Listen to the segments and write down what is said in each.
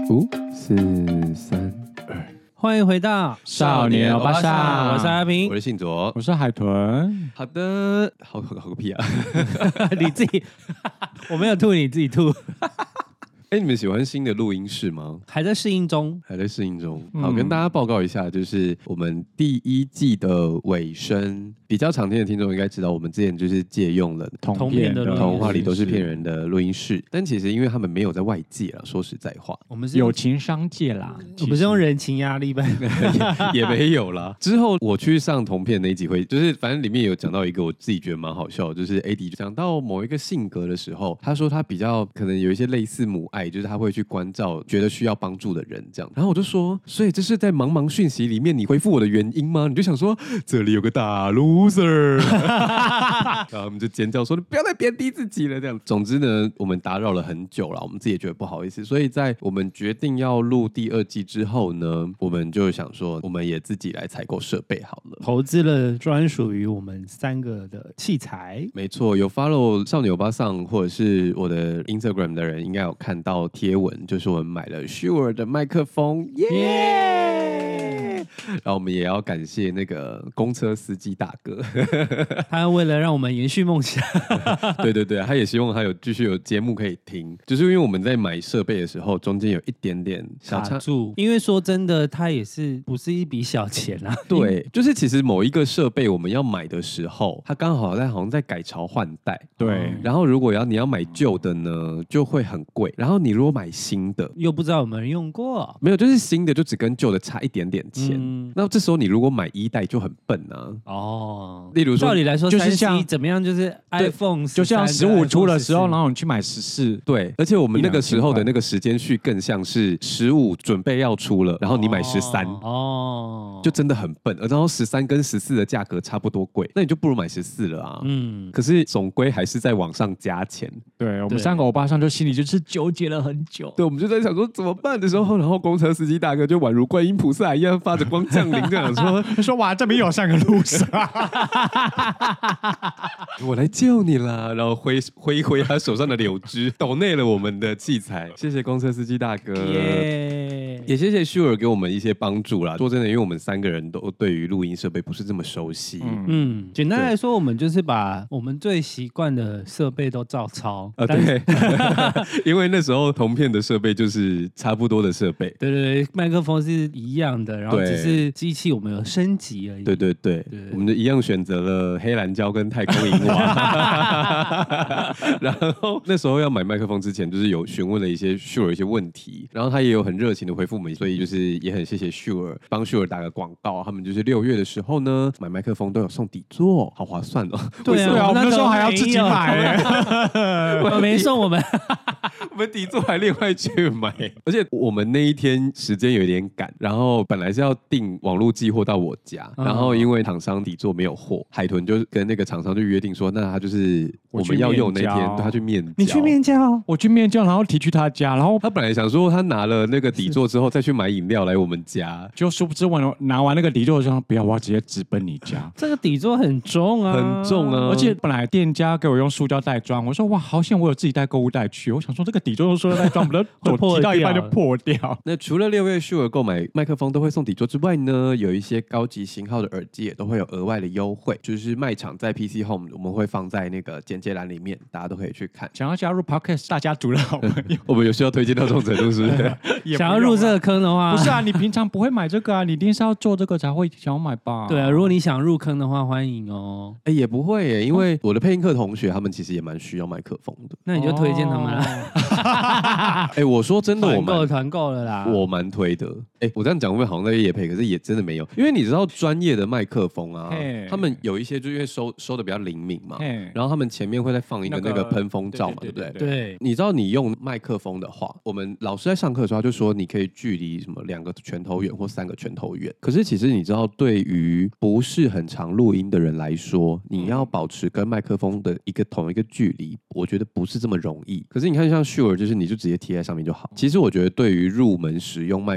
5、4、3、2， 欢迎回到少年欧巴桑， 我是阿平， 我是信卓， 我是海豚。 好的，好个屁啊！ 你自己，我没有吐，你自己吐。 哎，你们喜欢新的录音室吗？ 还在适应中， 还在适应中。好，跟大家报告一下，就是我们第一季的尾声，比较常听的听众应该知道，我们之前就是借用了同片的童话里都是骗人的录音室，但其实因为他们没有在外借了，说实在话， 我们是友情商界啦， 我们是用人情压力呗， 也没有啦。之后我去上同片那一集会，就是反正里面有讲到一个我自己觉得蛮好笑的，就是 AD 讲到某一个性格的时候，他说他比较可能有一些类似母爱，就是他会去关照觉得需要帮助的人这样。然后我就说，所以这是在茫茫讯息里面你回复我的原因吗？你就想说这里有个大 loser， 然后我们就尖叫说你不要再贬低自己了这样。总之呢，我们打扰了很久了，我们自己也觉得不好意思，所以在我们决定要录第二季之后呢，我们就想说我们也自己来采购设备好了。 投资了专属于我们三个的器材。 没错，有 follow 少年欧巴桑或者是我的 Instagram 的人，应该有看到贴文，就是我们买了 Shure 的麦克风，耶！然后我们也要感谢那个公车司机大哥， 他为了让我们延续梦想， 对对对，他也希望他继续有节目可以听，就是因为我们在买设备的时候，中间有一点点小卡住。因为说真的，它也是不是一笔小钱啊？ 对，就是其实某一个设备我们要买的时候，它刚好像在改朝换代， 对。 然后如果你要买旧的呢，就会很贵。然后你如果买新的， 又不知道有没有人用过， 没有，就是新的就只跟旧的差一点点钱。那这时候你如果买一代就很笨啊。 哦， 例如说， 照理来说， 就是像怎么样，就是 iPhone 就像15出的时候，然后你去买14， 对，而且我们那个时候的那个时间序更像是15准备要出了，然后你买13， 哦， 就真的很笨。然后13跟14的价格差不多贵，那你就不如买14了啊。可是总归还是在往上加钱。 对，我们三个欧巴桑就心里就是纠结了很久。 对，我们就在想说怎么办的时候，然后公车司机大哥就宛如观音菩萨一样发着光降临，这样说哇，这边有3个路上， 我来救你啦！然后挥一挥他手上的柳枝，抖内了我们的器材，谢谢公车司机大哥。也谢谢 Shure 给我们一些帮助啦。说真的，因为我们3个人都对于录音设备不是这么熟悉。 简单来说，我们就是把我们最习惯的设备都照抄啊。对，因为那时候同片的设备就是差不多的设备。 对对对，麦克风是一样的，然后只是机器我们有升级而已。 对对对，我们就一样选择了黑蓝胶跟太空银瓦。然后那时候要买麦克风之前，就是有询问了一些 Shure 一些问题，然后他也有很热情的回复我们，所以就是也很谢谢 Shure 帮 Shure 打个广告。他们就是6月的时候呢，买麦克风都有送底座，好划算哦。 对啊， 我们那时候还要自己买， 没送我们。 我们底座还另外去买，而且我们那一天时间有点赶，然后本来是要订网络寄货到我家，然后因为厂商底座没有货，海豚就跟那个厂商就约定说，那他就是我们要用那天，他去面交， 你去面交， 我去面交，然后提去他家，然后他本来想说他拿了那个底座之后再去买饮料来我们家， 就殊不知拿完那个底座之后，不要，我要直接直奔你家。 这个底座很重啊， 很重啊， 而且本来店家给我用塑胶袋装，我说哇，好险我有自己带购物袋去，我想说这个底座用塑胶袋装，不能提到一半就破掉。 那除了6月Shure购买麦克风都会送底座之外呢，有一些高级型号的耳机也都会有额外的优惠，就是卖场在 PC Home 我们会放在那个简介栏里面，大家都可以去看。 想要加入 Podcast 大家族的好朋友， 我们有需要推荐到这种程度是不是？ 想要入这个坑的话， 不是啊，你平常不会买这个啊，你一定是要做这个才会想要买吧？ 对啊，如果你想入坑的话，欢迎哦。 也不会耶，因为我的配音课同学他们其实也蛮需要麦克风的， 那你就推荐他们啦。 我说真的， 团购了啦， 我蛮推的。我这样讲会不会好像在业配？可是也真的没有，因为你知道专业的麦克风啊，他们有一些就因为收的比较灵敏嘛，然后他们前面会再放一个那个喷风罩嘛，对不对？ 对。 你知道你用麦克风的话，我们老师在上课的时候就说你可以距离什么2个拳头远或3个拳头远。可是其实你知道，对于不是很常录音的人来说，你要保持跟麦克风的同一个距离，我觉得不是这么容易。可是你看像 Shure，就是你就直接贴在上面就好。其实我觉得对于入门使用麦克风的人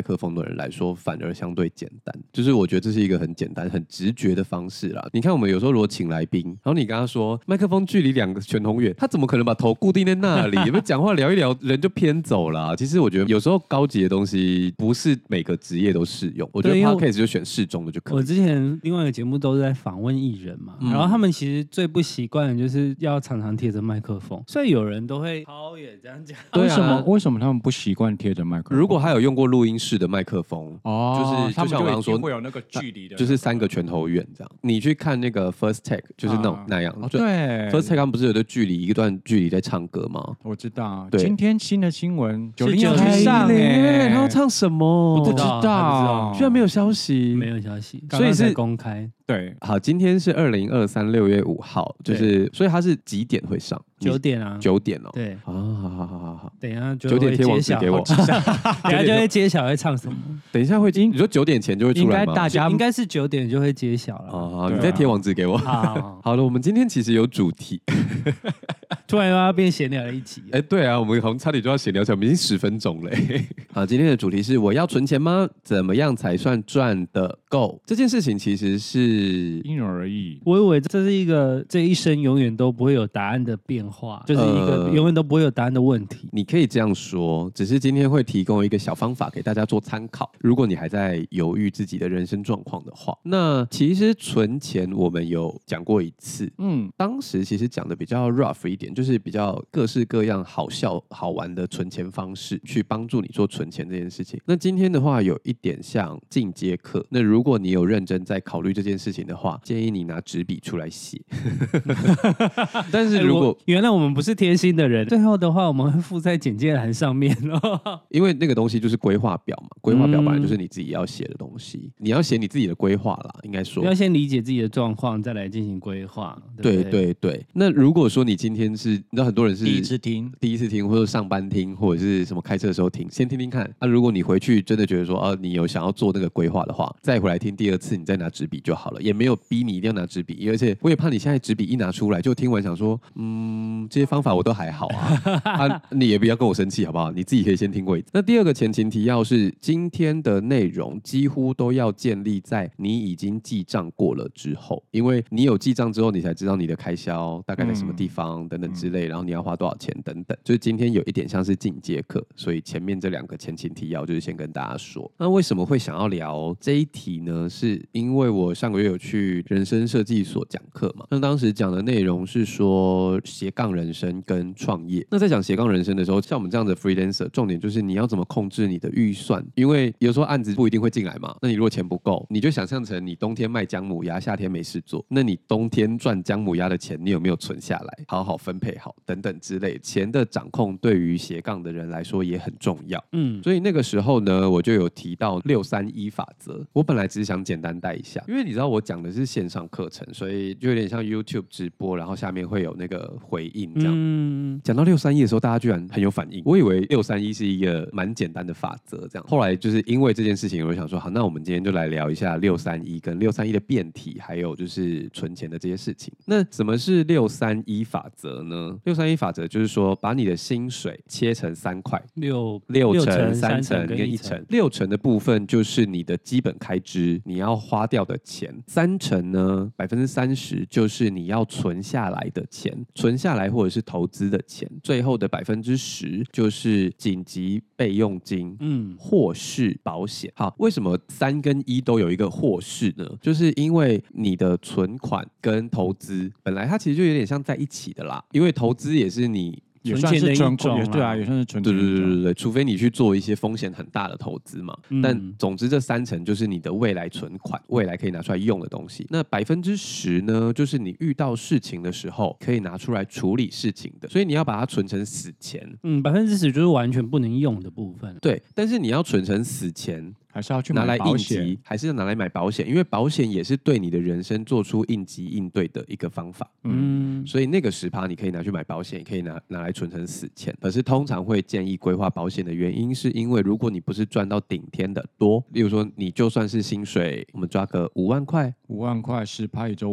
人来说反而相对简单，就是我觉得这是一个很简单很直觉的方式啦。你看我们有时候如果请来宾，然后你跟他说麦克风距离2个拳头远，他怎么可能把头固定在那里？有没有讲话聊一聊人就偏走了？其实我觉得有时候高级的东西不是每个职业都适用，我觉得 podcast 就选适中的就可以。 我之前另外一个节目都是在访问艺人嘛，然后他们其实最不习惯的就是要常常贴着麦克风，所以有人都会超远这样讲。 为什么他们不习惯贴着麦克风？ 如果他有用过录音室的麦克风，就是就像我刚刚说， 会有那个距离的， 就是3个拳头远这样。你去看那个 First Take， 就是那样。 对 ，First Take 他们不是有一段距离在唱歌吗？ 我知道。今天新的新闻 90要去上他要唱什么？ 不知道， 居然没有消息， 没有消息， 所以是公开。 对， 好，今天是2023 6月5号，就是所以它是几点会上 ？9点啊 ，9点哦。 对， 好， 等一下就 9点贴网址给我， 等一下就会揭晓会唱什么。 等一下会，你说9点前就会出来吗？ 大家应该是9点就会揭晓了。 好，你再贴网址给我。好了，我们今天其实有主题， 突然又要变闲聊了一集。 对啊，我们好像差点就要闲聊起来，我们已经10分钟了。好，今天的主题是我要存钱吗？怎么样才算赚得够？这件事情其实是因人而异。 我以为这是一个这一生永远都不会有答案的变化，就是一个永远都不会有答案的问题。 你可以这样说，只是今天会提供一个小方法给大家做参考。如果你还在犹豫自己的人生状况的话，那其实存钱我们有讲过一次，当时其实讲的比较 rough 一点，就是比较各式各样好笑好玩的存钱方式，去帮助你做存钱这件事情。那今天的话有一点像进阶课，那如果你有认真在考虑这件事情的话，建议你拿纸笔出来写。但是如果原来我们不是贴心的人，最后的话我们会附在简介栏上面因为那个东西就是规划表嘛，规划表本来就是你自己要写的东西，你要写你自己的规划啦，应该说要先理解自己的状况，再来进行规划。 对。那如果说你今天是，你知道很多人是第一次听， 或者上班听，或者是什么开车的时候听，先听听看。如果你回去真的觉得说，你有想要做那个规划的话，再回来听第2次，你再拿纸笔就好了，也没有逼你一定要拿纸笔。而且我也怕你现在纸笔一拿出来，就听完想说，这些方法我都还好啊，你也不要跟我生气好不好？你自己可以先听过一次。那第2个前情提要是，今天的内容几乎都要建立在你已经记账过了之后，因为你有记账之后，你才知道你的开销大概在什么地方等等之类，然后你要花多少钱等等。就是今天有一点像是进阶课，所以前面这2个前情提要就是先跟大家说。那为什么会想要聊这一题呢？是因为我上个月有去人生设计所讲课嘛，那当时讲的内容是说斜杠人生跟创业。那在讲斜杠人生的时候，像我们这样的 freelancer， 重点就是你要怎么控制你的预算，因为有时候案子不一定会进来嘛。那你如果钱不够，你就想象成你冬天卖姜母鸭，夏天没事做，那你冬天赚姜母鸭的钱，你有没有存下来，好好分配好等等之类。钱的掌控对于斜杠的人来说也很重要。所以那个时候呢，我就有提到631法则。我本来只是想简单带一下，因为你知道我讲的是线上课程，所以就有点像 YouTube 直播，然后下面会有那个回应这样。讲到631的时候，大家居然很有反应。我以为631是一个蛮简单的法则，这样。后来就是因为这件事情，我就想说，好，那我们今天就来聊一下631跟631的变体，还有就是存钱的这些事情。那什么是631法则呢？631法则就是说，把你的薪水切成3块，6成、3成跟1成。6成的部分就是你的基本开支，你要花掉的钱。3成呢，30%就是你要存下来的钱，存下来或者是投资的钱。最后的10%就是紧急备用金，或是保险。好，为什么3跟1都有一个或是呢？就是因为你的存款跟投资本来它其实就有点像在一起的啦，因为投资也是你也算是存款，对啊，也算是存钱。 对，除非你去做一些风险很大的投资嘛。但总之这3成就是你的未来存款，未来可以拿出来用的东西。那10%呢，就是你遇到事情的时候可以拿出来处理事情的，所以你要把它存成死钱。 10%就是完全不能用的部分。 对，但是你要存成死钱。 还是要去拿来应急，还是要拿来买保险？因为保险也是对你的人生做出应急应对的一个方法。所以那个10%你可以拿去买保险，也可以拿来存成死钱。可是通常会建议规划保险的原因，是因为如果你不是赚到顶天的多，例如说你就算是薪水，我们抓个5万块 ，5万块10%，1周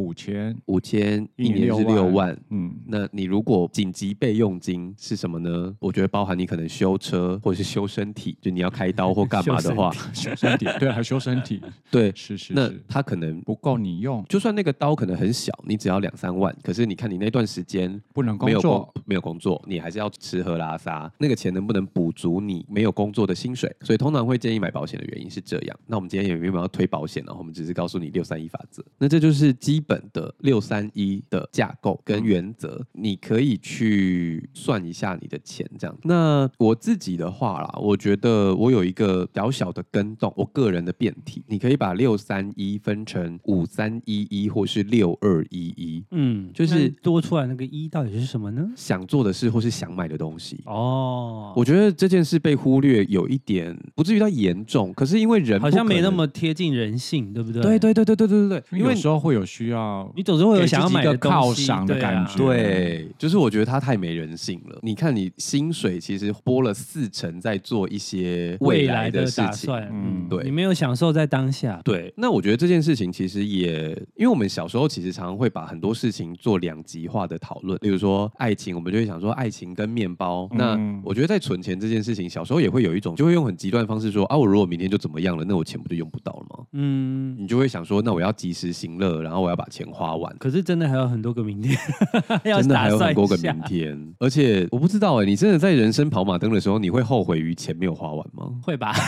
5000，一年是6万。那你如果紧急备用金是什么呢？我觉得包含你可能修车或者是修身体，就你要开刀或干嘛的话。 身体，对，还修身体， 对，那是是是， 他可能不够你用， 就算那个刀可能很小，你只要2-3万，可是你看你那段时间不能工没有作， 没有工作，你还是要吃喝拉撒，那个钱能不能补足你没有工作的薪水？所以通常会建议买保险的原因是这样。那我们今天也没有要推保险，然后我们只是告诉你631法则。那这就是基本的631的架构跟原则，你可以去算一下你的钱这样。那我自己的话啦，我觉得我有一个小小的跟动，我个人的辩题，你可以把631分成5311或是6211，就是多出来那个一到底是什么呢？ 想做的事或是想买的东西。 哦， 我觉得这件事被忽略有一点不至于到严重，可是因为人好像没那么么贴近人性，对不对？ 对， 因为有时候会有需要， 你总是会有想要买的东西犒赏的感觉。 对，就是我觉得它太没人性了。你看，你薪水其实拨了40%在做一些未来的事情，对， 你没有享受在当下。 对，那我觉得这件事情其实也，因为我们小时候其实常常会把很多事情做两极化的讨论，例如说爱情，我们就会想说爱情跟面包。那我觉得在存钱这件事情，小时候也会有一种，就会用很极端的方式说啊，我如果明天就怎么样了，那我钱不就用不到了吗？你就会想说，那我要及时行乐，然后我要把钱花完。 可是真的还有很多个明天， 真的还有很多个明天，而且我不知道哎，你真的在人生跑马灯的时候，你会后悔于钱没有花完吗？ 会吧。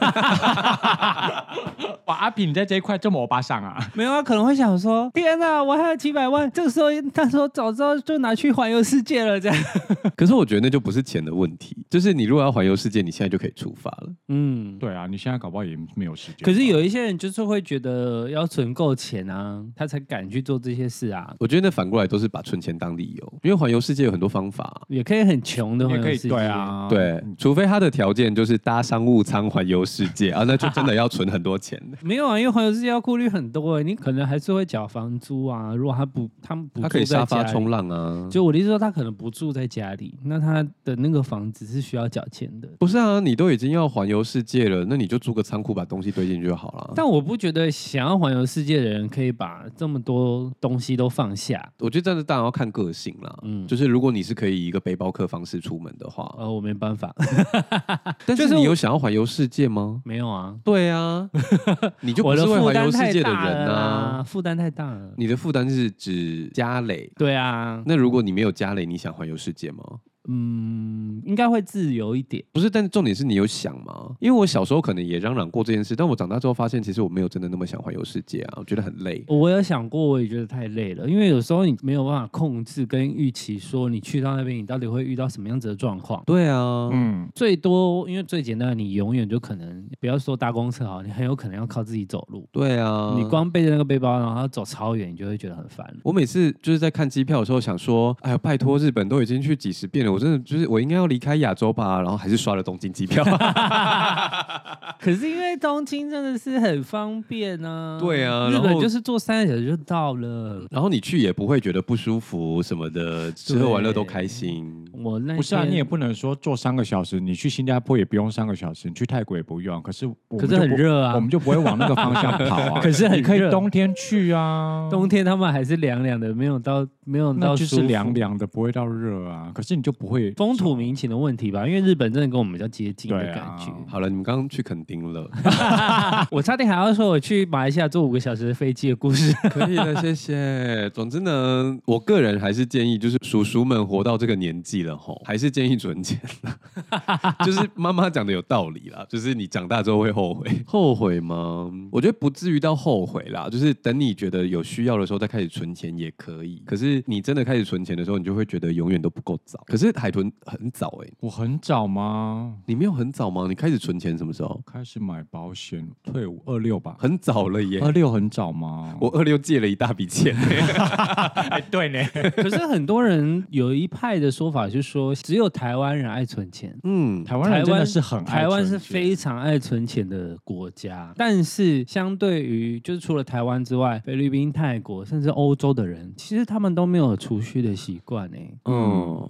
哇，阿平，你在这一块这么欧巴桑啊？ 没有啊，可能会想说，天哪，我还有700万，这个时候他说早知道就拿去环游世界了，这样。 可是我觉得那就不是钱的问题，就是你如果要环游世界，你现在就可以出发了。 对啊，你现在搞不好也没有时间。 可是有一些人就是会觉得要存够钱啊，他才敢去做这些事啊。 我觉得那反过来都是把存钱当理由，因为环游世界有很多方法， 也可以很穷的环游世界。 对啊， 对，除非他的条件就是搭商务舱环游世界啊，那就真的要存很多钱。 没有啊，因为环游世界要顾虑很多，你可能还是会缴房租啊。如果他们不住在家里， 他可以沙发冲浪啊。 就我的意思说，他可能不住在家里，那他的那个房子是需要缴钱的。 不是啊，你都已经要环游世界了，那你就租个仓库把东西堆进去就好了。 但我不觉得想要环游世界的人可以把这么多东西都放下。 我觉得这当然要看个性啦。就是如果你是可以以一个背包客方式出门的话， 我没办法。 但是你有想要环游世界吗？ 没有啊。 对啊，你就不是会环游世界的人啊， 负担太大了。 你的负担是指家累。 对啊。 那如果你没有家累，你想环游世界吗？ 应该会自由一点。 不是，但重点是你有想吗？因为我小时候可能也嚷嚷过这件事，但我长大之后发现，其实我没有真的那么想环游世界啊，我觉得很累。 我有想过，我也觉得太累了，因为有时候你没有办法控制跟预期，说你去到那边，你到底会遇到什么样子的状况。 对啊， 最多因为最简单的，你永远就可能不要说搭公车好，你很有可能要靠自己走路。 对啊， 你光背着那个背包，然后走超远，你就会觉得很烦。 我每次就是在看机票的时候想说，哎呀，拜托，日本都已经去几十遍了，我真的就是我应该要离开亚洲吧，然后还是刷了东京机票。 可是因为东京真的是很方便啊。 对啊， 日本就是坐3个小时就到了， 然后你去也不会觉得不舒服什么的，吃喝玩乐都开心。 我那不是啊，你也不能说坐3个小时，你去新加坡也不用3个小时，你去泰国也不用。可是很热啊， 我们就不会往那个方向跑啊。 可是很热， 你可以冬天去啊， 冬天他们还是凉凉的，没有到那就是凉凉的，不会到热啊。可是你就不会风土民情的问题吧？因为日本真的跟我们比较接近的感觉。 好了，你们刚刚去垦丁了， 我差点还要说我去马来西亚坐5个小时的飞机的故事。 可以了，谢谢。总之呢，我个人还是建议，就是叔叔们活到这个年纪了吼，还是建议存钱。就是妈妈讲的有道理啦，就是你长大之后会后悔。后悔吗？我觉得不至于到后悔啦，就是等你觉得有需要的时候再开始存钱也可以。可是你真的开始存钱的时候，你就会觉得永远都不够早。可是海豚很早哎， 我很早吗？ 你没有很早吗？你开始存钱什么时候？ 开始买保险，退伍26吧， 很早了耶。 26很早吗？ 我26借了一大笔钱。 哎，对呢。 可是很多人有一派的说法，就是说只有台湾人爱存钱。 台湾人真的是很爱存钱， 台湾是非常爱存钱的国家。但是相对于就是除了台湾之外，菲律宾、泰国甚至欧洲的人，其实他们都没有储蓄的习惯。某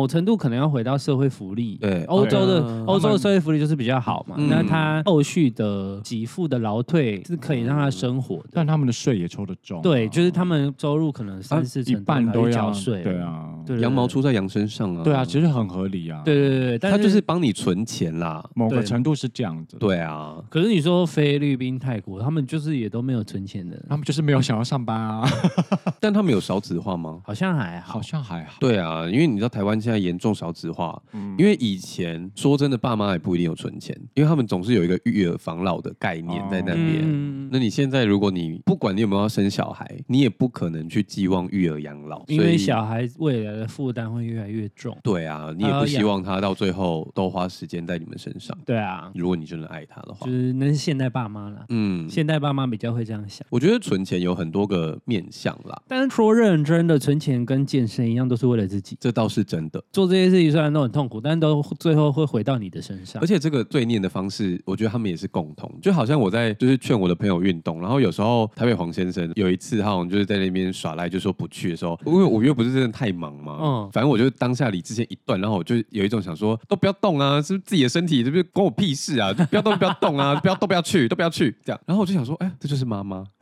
某程度可能要回到社会福利。 对， 欧洲的社会福利就是比较好嘛，那他后续的给付的劳退是可以让他生活的， 但他们的税也抽得重。 对，就是他们收入可能3-4成一半都要缴税。 对啊， 羊毛出在羊身上啊。 对啊，其实很合理啊。 对，但他就是帮你存钱啦， 某个程度是这样子。 对啊， 可是你说菲律宾、泰国，他们就是也都没有存钱的， 他们就是没有想要上班啊。 但他们有少子化吗？ 好像还好， 好像还好。 对啊，因为你知道台湾现在严重少子化，因为以前说真的，爸妈也不一定有存钱，因为他们总是有一个育儿防老的概念在那边。那你现在如果你不管你有没有要生小孩，你也不可能去寄望育儿养老， 因为小孩未来的负担会越来越重。 对啊，你也不希望他到最后都花时间在你们身上。 对啊， 如果你真的爱他的话， 就是那是现代爸妈啦。现代爸妈比较会这样想。 我觉得存钱有很多个面向啦， 但是说认真的，存钱跟健身一样，都是为了自己。 这倒是真的。 做这些事情虽然都很痛苦，但都最后会回到你的身上。 而且这个对念的方式，我觉得他们也是共同。就好像我在就是劝我的朋友运动，然后有时候台北黄先生有一次他好像就是在那边耍赖，就说不去的时候，因为5月不是真的太忙嘛，反正我就当下理智线一断，然后我就有一种想说，都不要动啊，是不是自己的身体，是不是关我屁事啊？不要动，不要动啊，都不要去这样。然后我就想说，哎，这就是妈妈。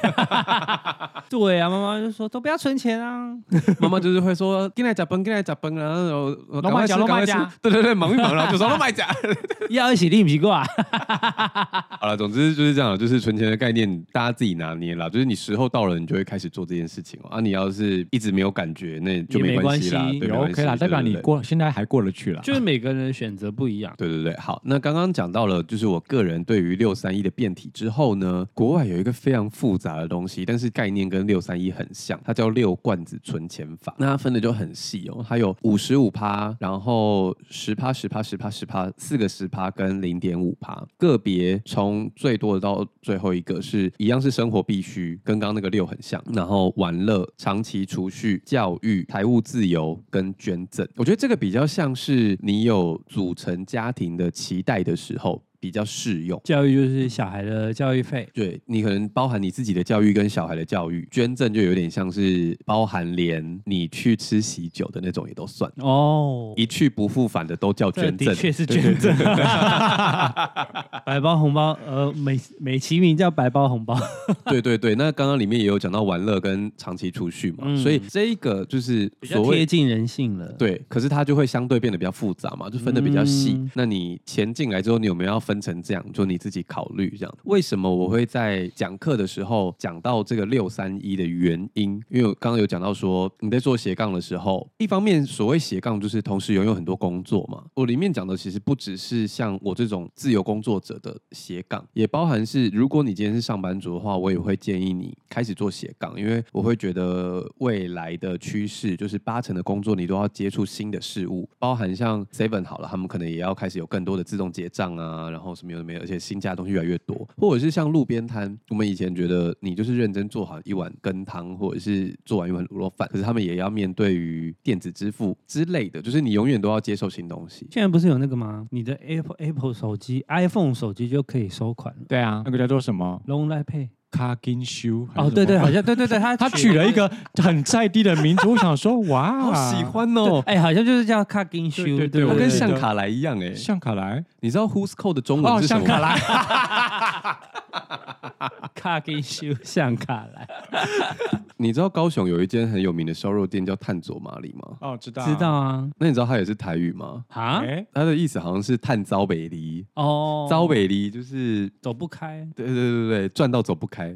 对啊，妈妈就说都不要存钱啊， 妈妈就是会说进来吃饭，然后赶快吃， 对，忙一忙，然后就说都买假， 要一起另皮挂。 好了，总之就是这样，就是存钱的概念大家自己拿捏啦，就是你时候到了，你就会开始做这件事情啊。你要是一直没有感觉，那就没关系啦， 对 OK 啦，代表你现在还过得去啦。 就是每个人的选择不一样。 对，好，那刚刚讲到了，就是我个人对于631的变体之后呢，国外有一个非常复杂的东西，但是概念跟631很像，它叫6罐子存钱法。那它分的就很细哦，它有55%，然后10%、4个10%跟0.5%，个别从最多的到最后一个是一样是生活必须，跟刚刚那个6很像，然后玩乐、长期储蓄、教育、财务自由跟捐赠。我觉得这个比较像是你有组成家庭的期待的时候比较适用。 教育就是小孩的教育费， 对，你可能包含你自己的教育跟小孩的教育。捐赠就有点像是包含连你去吃喜酒的那种也都算哦，一去不复返的都叫捐赠， 的确是捐赠。白包红包，美其名叫白包红包。 对，那刚刚里面也有讲到玩乐跟长期储蓄嘛，所以这一个就是比较贴近人性了。 对，可是它就会相对变得比较复杂嘛，就分得比较细。那你钱进来之后，你有没有要分成这样，就你自己考虑这样。为什么我会在讲课的时候讲到这个631的原因？因为我刚刚有讲到说，你在做斜杠的时候，一方面所谓斜杠就是同时拥有很多工作嘛。我里面讲的其实不只是像我这种自由工作者的斜杠，也包含是如果你今天是上班族的话，我也会建议你开始做斜杠，因为我会觉得未来的趋势就是80%的工作你都要接触新的事物，包含像 Seven 好了，他们可能也要开始有更多的自动结账啊，然后什么有的没有，而且新加的东西越来越多，或者是像路边摊，我们以前觉得你就是认真做好一碗羹汤，或者是做完一碗卤肉饭，可是他们也要面对于电子支付之类的，就是你永远都要接受新东西。 现在不是有那个吗？你的 Apple 手机 iPhone 手机就可以收款了。 对啊，那个叫做什么 Long Line Pay。 卡金修哦，对，好像对， 他取了一个很在地的名字，我想说，哇， 好喜欢哦， 好像就是叫卡金修， 对，它跟象卡莱一样， 象卡莱， 你知道 Who's Code 的中文是什么？ 象卡莱， 卡金修，象卡莱。 你知道高雄有一间很有名的烧肉店叫探佐玛里吗？ 哦，知道啊。 那你知道它也是台语吗？ 啊， 它的意思好像是探遭北离哦，遭北离就是走不开。 对，赚到走不开。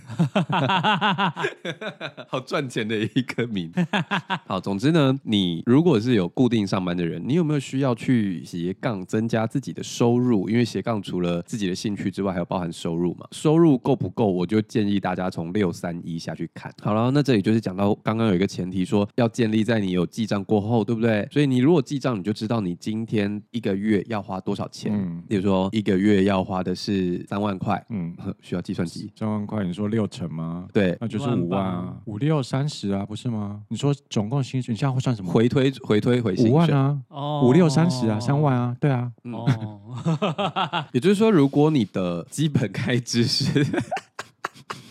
好赚钱的一个名。好，总之呢，你如果是有固定上班的人，你有没有需要去斜杠增加自己的收入？因为斜杠除了自己的兴趣之外，还有包含收入嘛。收入够不够，我就建议大家从631下去看。好了，那这里就是讲到刚刚有一个前提说要建立在你有记账过后，对不对？所以你如果记账，你就知道你今天一个月要花多少钱。比如说一个月要花的是3万块，需要计算机。 3万块，你说6成吗？ 对， 那就是5万啊，5、6、30啊，不是吗？你说总共薪水，你现在会算什么？ 回推薪水 5万啊，5、6、30啊，3万啊，对啊。 也就是说，如果你的基本开支是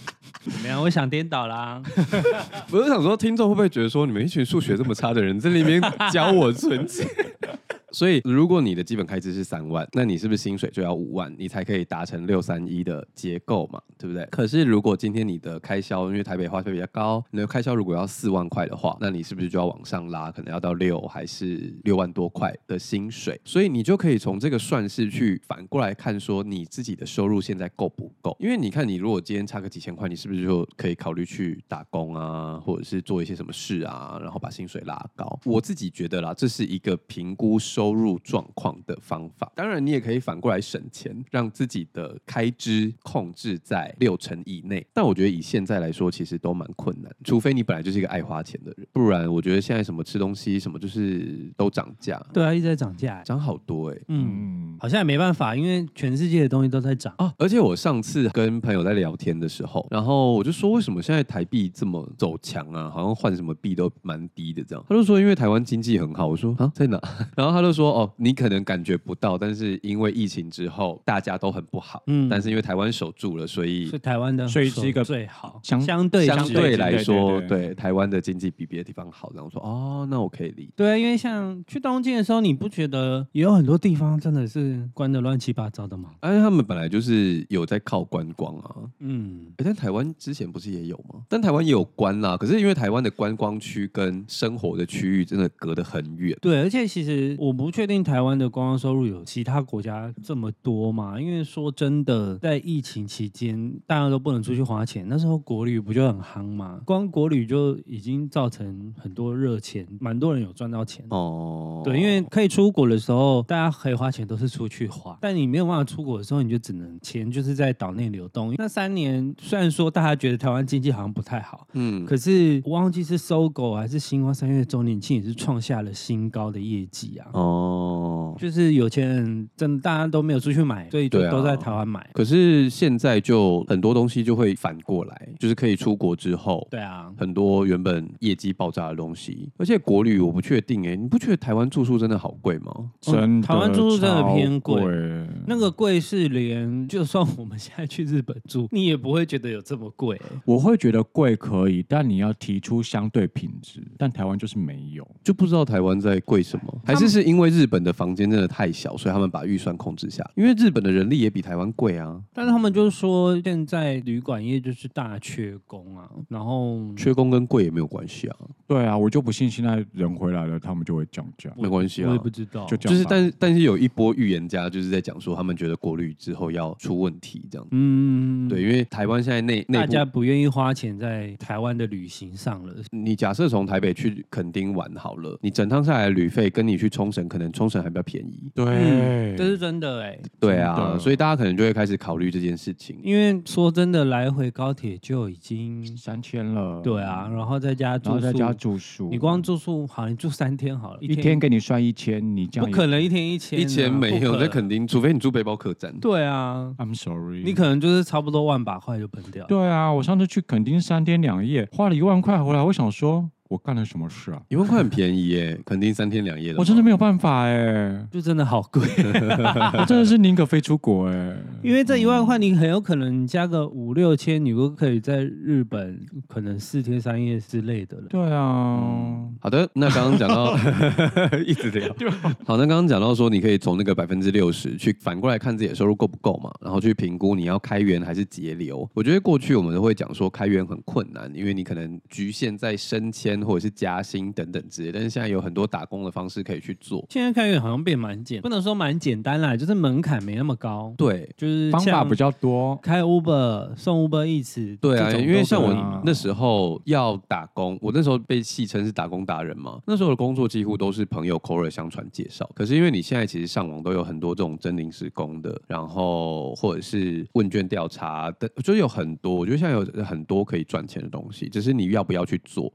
怎么样？我想颠倒啦。 我是想说，听众会不会觉得说，你们一群数学这么差的人在里面教我存钱？所以，如果你的基本开支是3万，那你是不是薪水就要5万，你才可以达成631的结构嘛，对不对？可是，如果今天你的开销，因为台北花费比较高，你的开销如果要4万块的话，那你是不是就要往上拉，可能要到6还是6万多块的薪水？所以你就可以从这个算式去反过来看，说你自己的收入现在够不够？因为你看，你如果今天差个几千块，你是不是就可以考虑去打工啊，或者是做一些什么事啊，然后把薪水拉高？我自己觉得啦，这是一个评估收入状况的方法。当然，你也可以反过来省钱，让自己的开支控制在60%以内。但我觉得以现在来说，其实都蛮困难，除非你本来就是一个爱花钱的人，不然我觉得现在什么吃东西什么就是都涨价。 对啊，一直在涨价， 涨好多欸。 好像也没办法，因为全世界的东西都在涨啊。而且我上次跟朋友在聊天的时候，然后我就说，为什么现在台币这么走强啊？好像换什么币都蛮低的这样。他就说，因为台湾经济很好。我说啊，在哪？然后他就说，哦，你可能感觉不到，但是因为疫情之后大家都很不好，但是因为台湾守住了，所以台湾的所以是一个最好， 相对来说，对台湾的经济比别的地方好。然后说，哦，那我可以理解。 对啊，因为像去东京的时候，你不觉得也有很多地方真的是关得乱七八糟的吗？ 而且他们本来就是有在靠观光啊，但台湾之前不是也有吗？但台湾也有关啦，可是因为台湾的观光区跟生活的区域真的隔得很远。 对，而且其实我不确定台湾的观光收入有其他国家这么多嘛，因为说真的，在疫情期间大家都不能出去花钱，那时候国旅不就很夯嘛？光国旅就已经造成很多热钱，蛮多人有赚到钱哦。对，因为可以出国的时候，大家可以花钱都是出去花，但你没有办法出国的时候，你就只能钱就是在岛内流动。那3年虽然说大家觉得台湾经济好像不太好，可是我忘记是SOGO还是星光3月周年庆也是创下了新高的业绩啊。就是有钱人真的大家都没有出去买，所以就都在台湾买。 可是现在就很多东西就会反过来，就是可以出国之后， 对啊， 很多原本业绩爆炸的东西，而且国旅我不确定你不觉得台湾住宿真的好贵吗？ 真的， 台湾住宿真的偏贵，那个贵是连就算我们现在去日本住，你也不会觉得有这么贵。 我会觉得贵可以，但你要提出相对品质，但台湾就是没有， 就不知道台湾在贵什么，还是因为日本的房间真的太小，所以他们把预算控制下来。因为日本的人力也比台湾贵啊， 但是他们就是说现在旅馆业就是大缺工啊，然后缺工跟贵也没有关系啊。 对啊，我就不信现在人回来了，他们就会降价， 没关系啊， 我也不知道， 就是但是有一波预言家就是在讲说，他们觉得国旅之后要出问题这样。对，因为台湾现在大家不愿意花钱在台湾的旅行上了。 你假设从台北去垦丁玩好了，你整趟下来的旅费跟你去冲绳，可能冲绳还比较便宜。 对， 这是真的对啊，所以大家可能就会开始考虑这件事情。 因为说真的，来回高铁就已经 3000了。 对啊，然后再加住宿，你光住宿好，你住3天好了， 一天给你算1000，你这样不可能一天1000 没有在垦丁，除非你住背包客栈。 对啊 ，I'm sorry， 你可能就是差不多1万把块就崩掉。 对啊，我上次去垦丁3天2夜，花了1万块回来，我想说，我干了什么事啊 ？1万块很便宜耶，垦丁3天2夜的。 我真的没有办法耶， 就真的好贵， 我真的是宁可飞出国耶。 因为这1万块，你很有可能加个5、6千，你都可以在日本可能4天3夜之类的了。 对啊， 好的，那刚刚讲到一直聊，好，那刚刚讲到说，你可以从那个60%去反过来看自己的收入够不够嘛，然后去评估你要开源还是节流。我觉得过去我们都会讲说开源很困难，因为你可能局限在升迁或者是加薪等等之类，但是现在有很多打工的方式可以去做。 现在开源好像变不能说蛮简单啦，就是门槛没那么高。 对， 就是方法比较多， 开 Uber 送 Uber Eats。 对啊，因为像我那时候要打工，我那时候被戏称是打工达人嘛，那时候的工作几乎都是朋友口耳相传介绍。可是因为你现在其实上网都有很多这种真临时工的，然后或者是问卷调查的，就有很多，我觉得现在有很多可以赚钱的东西，只是你要不要去做。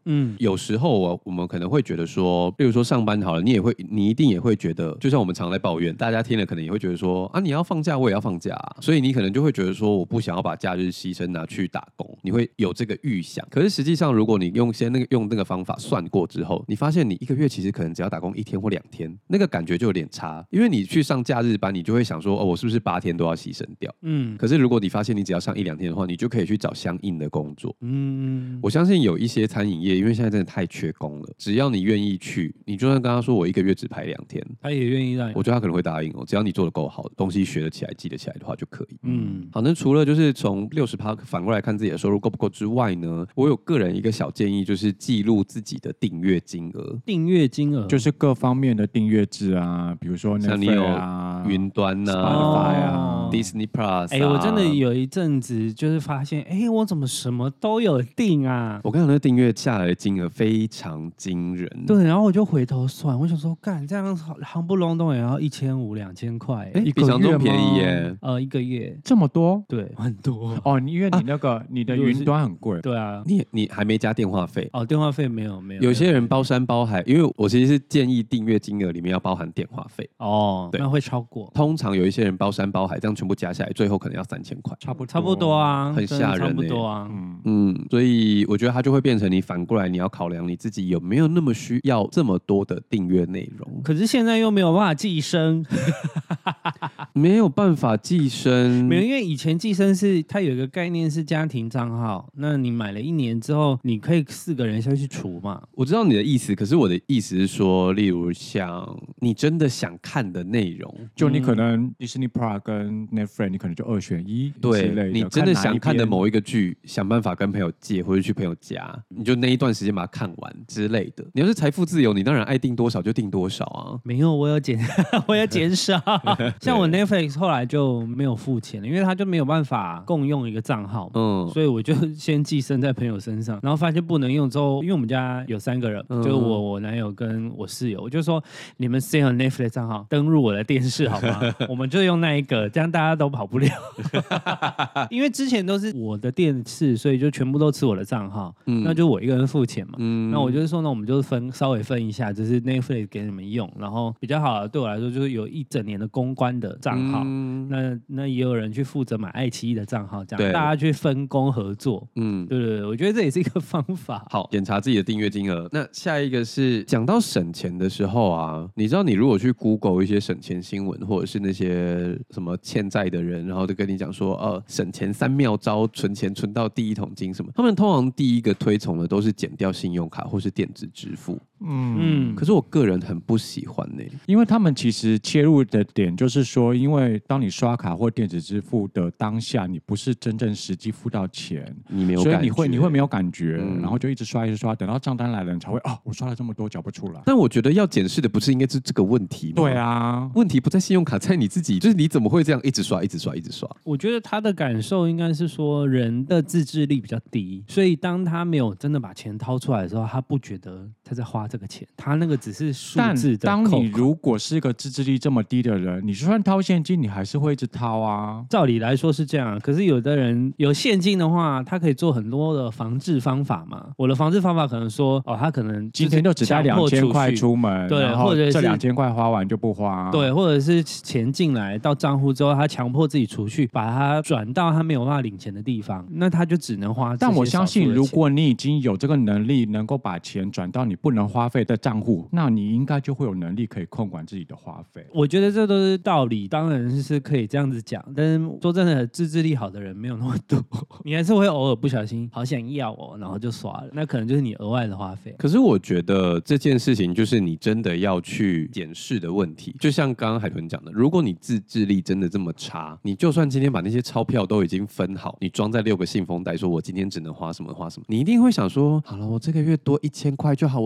有时候我们可能会觉得说，比如说上班好了，你一定也会觉得，就像我们常在抱怨，大家听了可能也会觉得说啊，你要放假我也要放假所以你可能就会觉得说，我不想要把假日牺牲拿去打工，你会有这个预想。可是实际上，如果你用那个方法算过之后，你发现你一个月其实可能只要打工1天或2天，那个感觉就有点差，因为你去上假日班，你就会想说，我是不是8天都要牺牲掉？可是如果你发现你只要上1-2天的话，你就可以去找相应的工作。我相信有一些餐饮业，因为现在真的太缺工了，只要你愿意去，你就算跟他说我1个月只排2天， 他也愿意让你。 我觉得他可能会答应只要你做得够好，东西学得起来、记得起来的话就可以。好，那除了就是从60%反过来看自己的收入够不够之外呢，我有个人一个小建议，就是记录自己的订阅金额。 订阅金额就是各方面的订阅制啊，比如说像你有云端啊、Disney Plus 我真的有一阵子就是发现，我怎么什么都有订啊？ 我跟你讲，那订阅下来的金额非常惊人。 对，然后我就回头算，我想说，干这样夯不隆咚也要1500-2000块， 比想中便宜耶。 1个月这么多？ 对，很多哦。因为你那个你的云端很贵。 对啊， 你还没加电话费电话费没有。 有些人包山包海，因为我其实是建议订阅金额里面要包含电话费。 对，那会超过。 通常有一些人包山包海，这样全部加起来，最后可能要3000块， 差不多啊， 很吓人， 差不多啊。 所以我觉得它就会变成你反过来，你要考量你自己有没有那么需要这么多的订阅内容。 可是现在又没有办法寄生， 没有办法寄生， 没有，因为以前寄生是它有一个概念是家庭账号，那你买了1年之后，你可以4个人下去除嘛。 我知道你的意思，可是我的意思是说，例如像你真的想看的内容， 就你可能 Disney Plus 跟 Netflix， 你可能就2选1之类的。 你真的想看的某一个剧，想办法跟朋友借或者去朋友家，你就那一段时间把它看完之类的。你要是财富自由，你当然爱订多少就订多少啊。 没有，我有减少。像我 Netflix 后来就没有付钱了，因为他就没有办法共用一个账号，所以我就先寄生在朋友身上，然后发现不能用之后，因为我们家有3个人，就是我男友跟我室友，我就说你们谁有 Netflix 账号登入我的电视好吗？我们就用那一个，这样大家都跑不了。因为之前都是我的电视，所以就全部都吃我的账号，那就我一个人付钱嘛。那我就是说呢，我们就稍微分一下，就是 Netflix 给你们用，然后比较好的对我来说就是有1整年的公关的账号，那也有人去负责买爱奇艺的账号，这样大家去分工合作。对，我觉得这也是一个方法。 好，检查自己的订阅金额。那下一个是讲到省钱的时候啊，你知道你如果去 Google 一些省钱新闻，或者是那些什么欠债的人，然后就跟你讲说，省钱3妙招，存钱存到第1桶金什么，他们通常第一个推崇的都是减掉信用卡或是电子支付。可是我个人很不喜欢呢， 因为他们其实切入的点就是说，因为当你刷卡或电子支付的当下，你不是真正实际付到钱， 你没有感觉， 所以你会没有感觉，然后就一直刷，等到账单来了，你才会我刷了这么多，缴不出来。 但我觉得要检视的不是应该是这个问题吗？ 对啊， 问题不在信用卡，在你自己，就是你怎么会这样一直刷？ 我觉得他的感受应该是说，人的自制力比较低，所以当他没有真的把钱掏出来的时候，他不觉得他在花这个钱，他那个只是数字的扣款。 但当你如果是一个自制力这么低的人，你就算掏现金，你还是会一直掏啊。 照理来说是这样，可是有的人有现金的话，他可以做很多的防治方法嘛。我的防治方法可能说，他可能今天就只带2000块出门， 对，或者是这2000块花完就不花， 对，或者是钱进来到账户之后，他强迫自己储蓄，把它转到他没有办法领钱的地方，那他就只能花。 但我相信，如果你已经有这个能力，能够把钱转到你不能花费的账户，那你应该就会有能力可以控管自己的花费。 我觉得这都是道理，当然是可以这样子讲，但是说真的，自制力好的人没有那么多，你还是会偶尔不小心好想要然后就刷了，那可能就是你额外的花费。 可是我觉得这件事情就是你真的要去检视的问题，就像刚刚海豚讲的，如果你自制力真的这么差，你就算今天把那些钞票都已经分好，你装在6个信封袋，说我今天只能花什么花什么，你一定会想说，好了，我这个月多1000块就好，我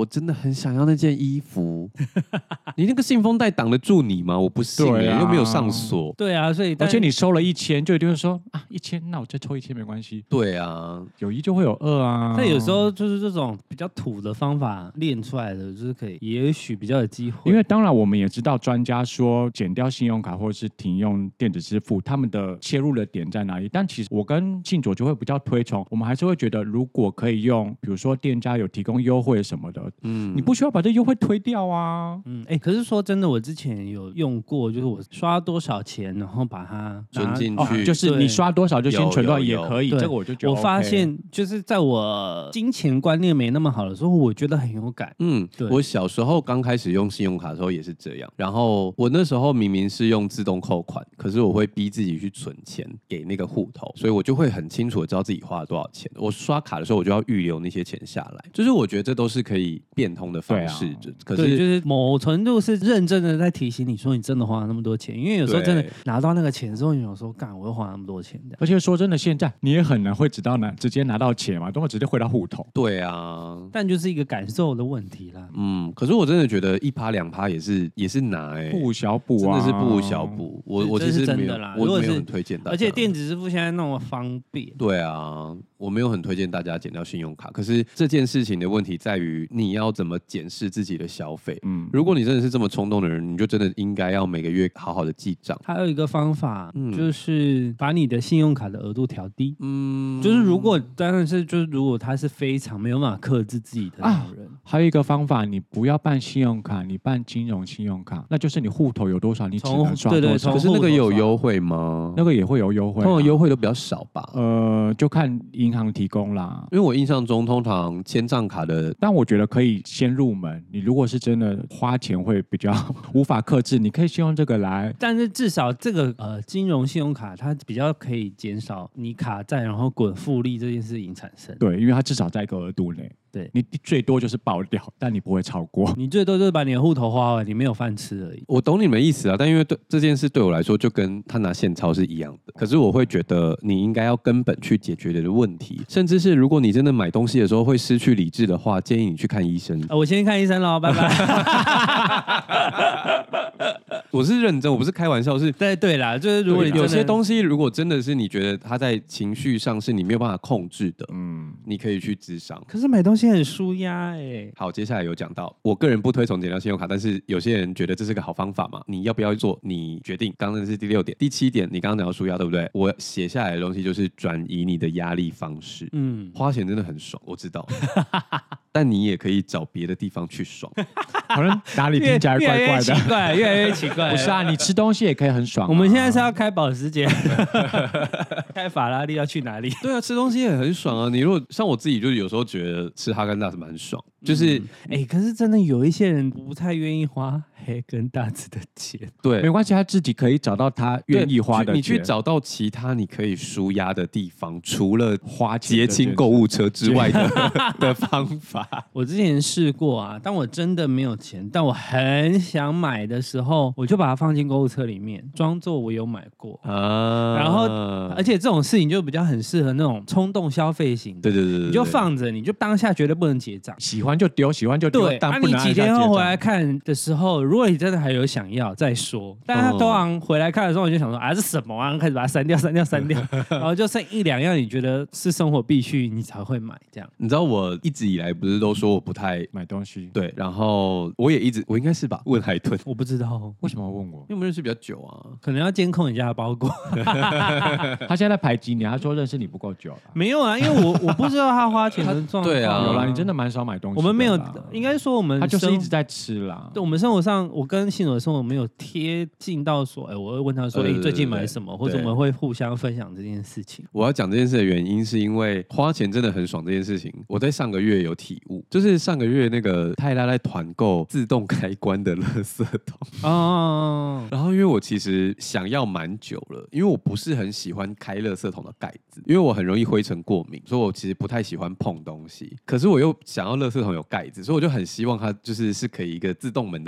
我真的很想要那件衣服。你那个信封袋挡得住你吗？我不信又没有上锁。 对啊，所以而且你收了1000，就一定会说啊，1000，那我再抽1000没关系。 对啊， 有1就会有2啊。 但有时候就是这种比较土的方法练出来的，就是可以，也许比较有机会。 因为当然我们也知道，专家说减掉信用卡或者是停用电子支付，他们的切入的点在哪里？但其实我跟信佐就会比较推崇，我们还是会觉得，如果可以用，比如说店家有提供优惠什么的，你不需要把这优惠推掉啊。 可是说真的，我之前有用过，就是我刷多少钱，然后把它存进去， 就是你刷多少就先存到也可以。这个我就觉得， 我发现就是在我金钱观念没那么好的时候，我觉得很有感。 对，我小时候刚开始用信用卡的时候也是这样，然后我那时候明明是用自动扣款，可是我会逼自己去存钱给那个户头，所以我就会很清楚的知道自己花了多少钱。我刷卡的时候，我就要预留那些钱下来，就是我觉得这都是可以变通的方式。可是就是某程度是认真的在提醒你说，你真的花了那么多钱，因为有时候真的拿到那个钱之后，你有时候干，我又花那么多钱。 而且说真的，现在你也很难会直接拿到钱嘛，都会直接汇到户头。 对啊， 但就是一个感受的问题啦。 可是我真的觉得1%、2%也是拿不无小补啊， 真的是不无小补。我其实没有，我没有很推荐大家。 而且电子支付现在那么方便。 对啊，我没有很推荐大家减掉信用卡。可是这件事情的问题在于，你要怎么检视自己的消费。如果你真的是这么冲动的人，你就真的应该要每个月好好的记账。 还有一个方法，就是把你的信用卡的额度调低。就是如果他是非常没有办法克制自己的那种人。 还有一个方法，你不要办信用卡，你办金融信用卡，那就是你户头有多少，你只能刷多少。 可是那个有优惠吗？ 那个也会有优惠， 通常优惠都比较少吧。 就看银行提供啦。 因为我印象中，通常签账卡的， 但我觉得可以先入门。你如果是真的花钱会比较无法克制，你可以先用这个来。 但是至少这个金融信用卡，它比较可以减少你卡债然后滚复利这件事情产生。 对，因为它至少在一个额度内。 对， 你最多就是爆掉，但你不会超过。 你最多就是把你的户头花完，你没有饭吃而已。 我懂你们意思啊，但因为这件事对我来说，就跟他拿现钞是一样的。可是我会觉得你应该要根本去解决的问题，甚至是如果你真的买东西的时候会失去理智的话，建议你去看医生。 我先去看医生了，拜拜。 我是认真，我不是开玩笑，是对啦，就是如果你有些东西，如果真的是你觉得它在情绪上是你没有办法控制的，你可以去咨商。 可是买东西很舒压哎。 好，接下来有讲到，我个人不推崇减掉信用卡，但是有些人觉得这是个好方法嘛，你要不要做？你决定。刚刚那是第6点，第7点，你刚刚讲到舒压，对不对？我写下来的东西就是转移你的压力方式。花钱真的很爽，我知道，但你也可以找别的地方去爽。 好像哪里听起来怪怪的， 越来越奇怪。 不是啊，你吃东西也可以很爽。 我们现在是要开保时捷，开法拉利要去哪里？ 对啊，吃东西也很爽啊。你如果像我自己，就是有时候觉得吃哈根达斯蛮爽，就是可是真的有一些人不太愿意花黑根达斯的钱。 对， 没关系，他自己可以找到他愿意花的钱。 你去找到其他你可以抒压的地方，除了花结清购物车之外的方法。 我之前试过啊，当我真的没有钱，但我很想买的时候，我就把它放进购物车里面，装作我有买过啊。然后，而且这种事情就比较很适合那种冲动消费型。 对， 你就放着，你就当下绝对不能结账， 喜欢就丢，喜欢就丢。 对，你几天后回来看的时候，如果你真的还有想要再说，但他通常回来看的时候，你就想说啊，这什么啊，开始把它删掉，然后就剩1、2样你觉得是生活必须，你才会买这样。 你知道我一直以来不是都说我不太买东西， 对，然后我应该是吧？问海豚， 我不知道为什么问我， 因为我们认识比较久啊， 可能要监控你家的包裹。 他现在在排挤你，他说认识你不够久了。 没有啊，因为我不知道他花钱的状况。 对啊， 有啦，你真的蛮少买东西。 我们没有，应该说我们他就是一直在吃啦。 对，我们生活上，我跟信友的生活没有贴近到说，我会问他说，最近买什么，或者我们会互相分享这件事情。 我要讲这件事的原因，是因为花钱真的很爽这件事情，我在上个月有体悟，就是上个月那个泰拉在团购自动开关的垃圾桶然后因为我其实想要蛮久了，因为我不是很喜欢开垃圾桶的盖子，因为我很容易灰尘过敏，所以我其实不太喜欢碰东西。可是我又想要垃圾桶有盖子，所以我就很希望它是可以一个自动门的垃圾桶。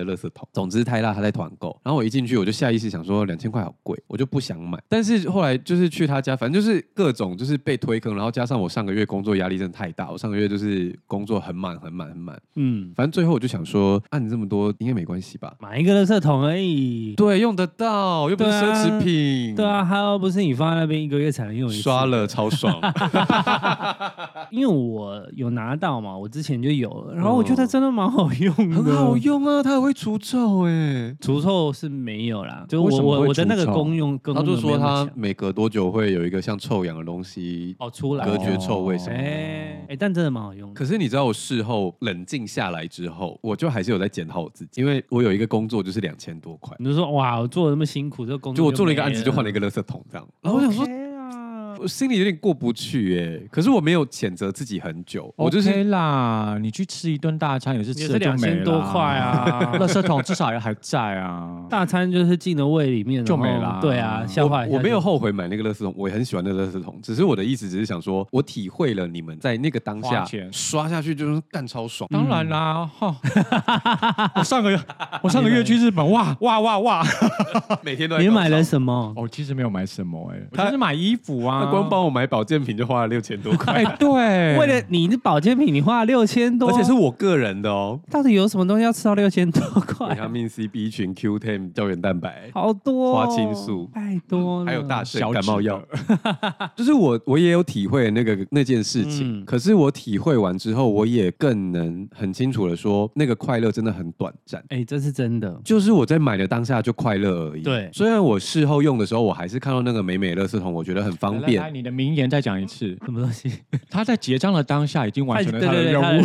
总之泰辣他在团购，然后我一进去我就下意识想说2000块好贵，我就不想买。但是后来就是去他家，反正就是各种就是被推坑，然后加上我上个月工作压力真的太大，我上个月就是工作很满，反正最后我就想说，你这么多应该没关系吧， 买一个垃圾桶而已。 对，用得到，又不是奢侈品。 对啊，还有不是你放在那边1个月才能用一次， 刷了超爽。 因为我有拿到嘛，我之前就有了，然后我觉得真的蛮好用的， 很好用啊，它还会除臭除臭是没有啦，就我的那个功用， 他就说他每隔多久会有一个像臭氧的东西出来隔绝臭味什么。 但真的蛮好用的。 可是你知道我事后冷静下来之后，我就还是有在检讨我自己，因为我有一个工作就是2000多块， 你就说哇，我做的那么辛苦，这个工作就我做了一个案子就换了一个垃圾桶这样，然后我想说。我心里有点过不去可是我没有谴责自己很久，我就是 OK 啦，你去吃一顿大餐也是吃了就没了， 2000多块啊， 垃圾桶至少还在啊， 大餐就是进了胃里面就没了， 对啊，消化一下我没有后悔买那个垃圾桶，我也很喜欢那个垃圾桶，只是我的意思只是想说，我体会了你们在那个当下刷下去就是干超爽， 当然啦，我上个月去日本，哇， 每天都在。 你买了什么？ 我其实没有买什么我就是买衣服啊。 他光帮我买保健品就花了6000多块。 对， 为了你的保健品，你花了6000多， 而且是我个人的哦。 到底有什么东西要吃到6000多块？ 维他命 C、B 群、Q10、胶原蛋白， 好多花青素， 太多了， 还有大小感冒药。就是我也有体会那件事情，可是我体会完之后，我也更能很清楚的说，那个快乐真的很短暂。 这是真的， 就是我在买的当下就快乐而已。 对， 虽然我事后用的时候，我还是看到那个美美垃圾桶，我觉得很方便。 来，你的名言再讲一次。 什么东西？ 他在结账的当下已经完成了他的任务。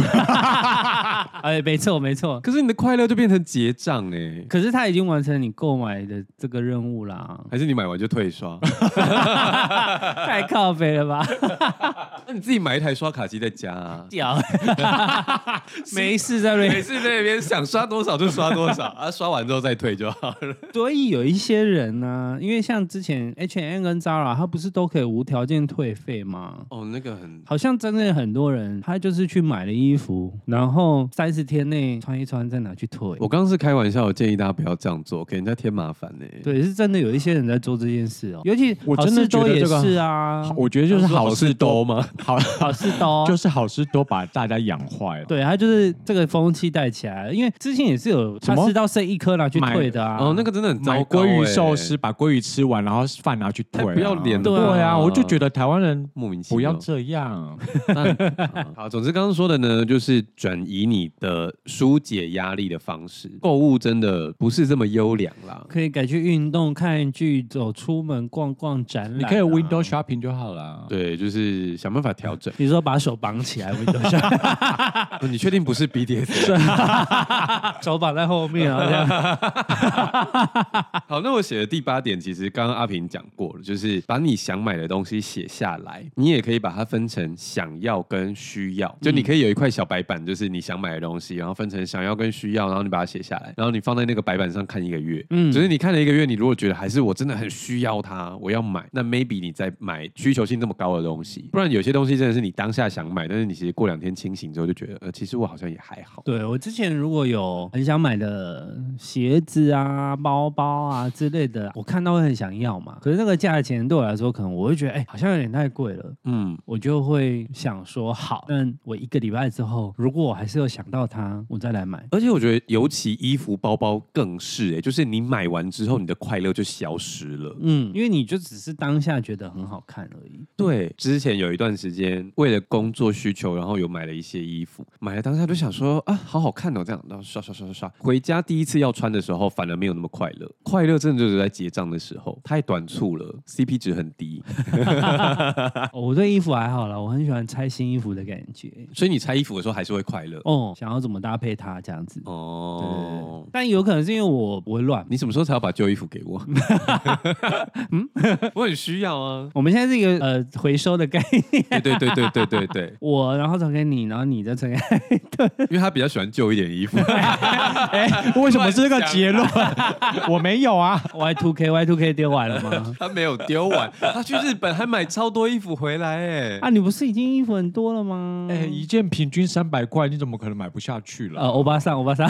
没错。 可是你的快乐就变成结账可是他已经完成你购买的这个任务啦。 还是你买完就退刷？ 太靠北了吧？ 那你自己买一台刷卡机在家啊？ 屌！没事在那边想刷多少就刷多少刷完之后再退就好了。 所以有一些人呢，因为像之前 H&M 跟 Zara， 他不是都可以无条件退费吗？ 那个好像真的很多人，他就是去买了衣服，然后30天内穿一穿再拿去退。 我刚刚是开玩笑，我建议大家不要这样做，给人家添麻烦对，是真的有一些人在做这件事尤其我真的觉得这个是啊， 我觉得就是好事多吗？ 好事多就是好事多把大家养坏了。 对，他就是这个风气带起来了，因为之前也是有他吃到剩1颗拿去退的啊。 那个真的很糟糕。鲑鱼寿司把鲑鱼吃完，然后饭拿去退， 不要脸。 对啊，我就觉得台湾人莫名其妙， 不要这样。 好，总之刚刚说的呢，就是转移你的疏解压力的方式。购物真的不是这么优良啦， 可以改去运动、看剧、走出门、逛逛展览。 你可以 window shopping 就好了。 对，就是想办法调整。 比如说把手绑起来 window shopping。 你确定不是 BDS？ 手绑在后面啊，这样。 好，那我写的第8点，其实刚刚阿平讲过了，就是把你想买的东西写下来。你也可以把它分成想要跟需要，就你可以有一块小白板，就是你想买的东西，然后分成想要跟需要，然后你把它写下来，然后你放在那个白板上看1个月。只是你看了1个月，你如果觉得还是我真的很需要它，我要买，那 maybe 你再买需求性这么高的东西。不然有些东西真的是你当下想买，但是你其实过2天清醒之后就觉得，其实我好像也还好。 对，我之前如果有很想买的鞋子啊、包包啊之类的，我看到会很想要嘛。可是那个价钱对我来说，可能我会觉得，好像有点太贵了。我就会想说，好，那我1个礼拜之后，如果我还是有想到它，我再来买。 而且我觉得，尤其衣服、包包更是，就是你买完之后，你的快乐就消失了。 因为你就只是当下觉得很好看而已。 对，之前有一段时间，为了工作需求，然后有买了一些衣服，买了当下就想说好好看哦，这样，然后刷，回家第一次要穿的时候，反而没有那么快乐。快乐真的就是在结账的时候，太短促了 ，CP 值很低。 我对衣服还好啦，我很喜欢拆新衣服的感觉。 所以你拆衣服的时候还是会快乐想要怎么搭配它这样子对。 但有可能是因为我不会乱。 你什么时候才要把旧衣服给我？我很需要啊。 我们现在是一个回收的概念。 对。 我然后传给你，然后你再传给因为他比较喜欢旧一点的衣服。 为什么是这个结论？我没有啊。 Y2K 丢完了吗？ 他没有丢完，他去日本还买超多衣服回来哎。 啊，你不是已经衣服很多了吗？ 一件平均300块，你怎么可能买不下去了？ 欧巴桑， 我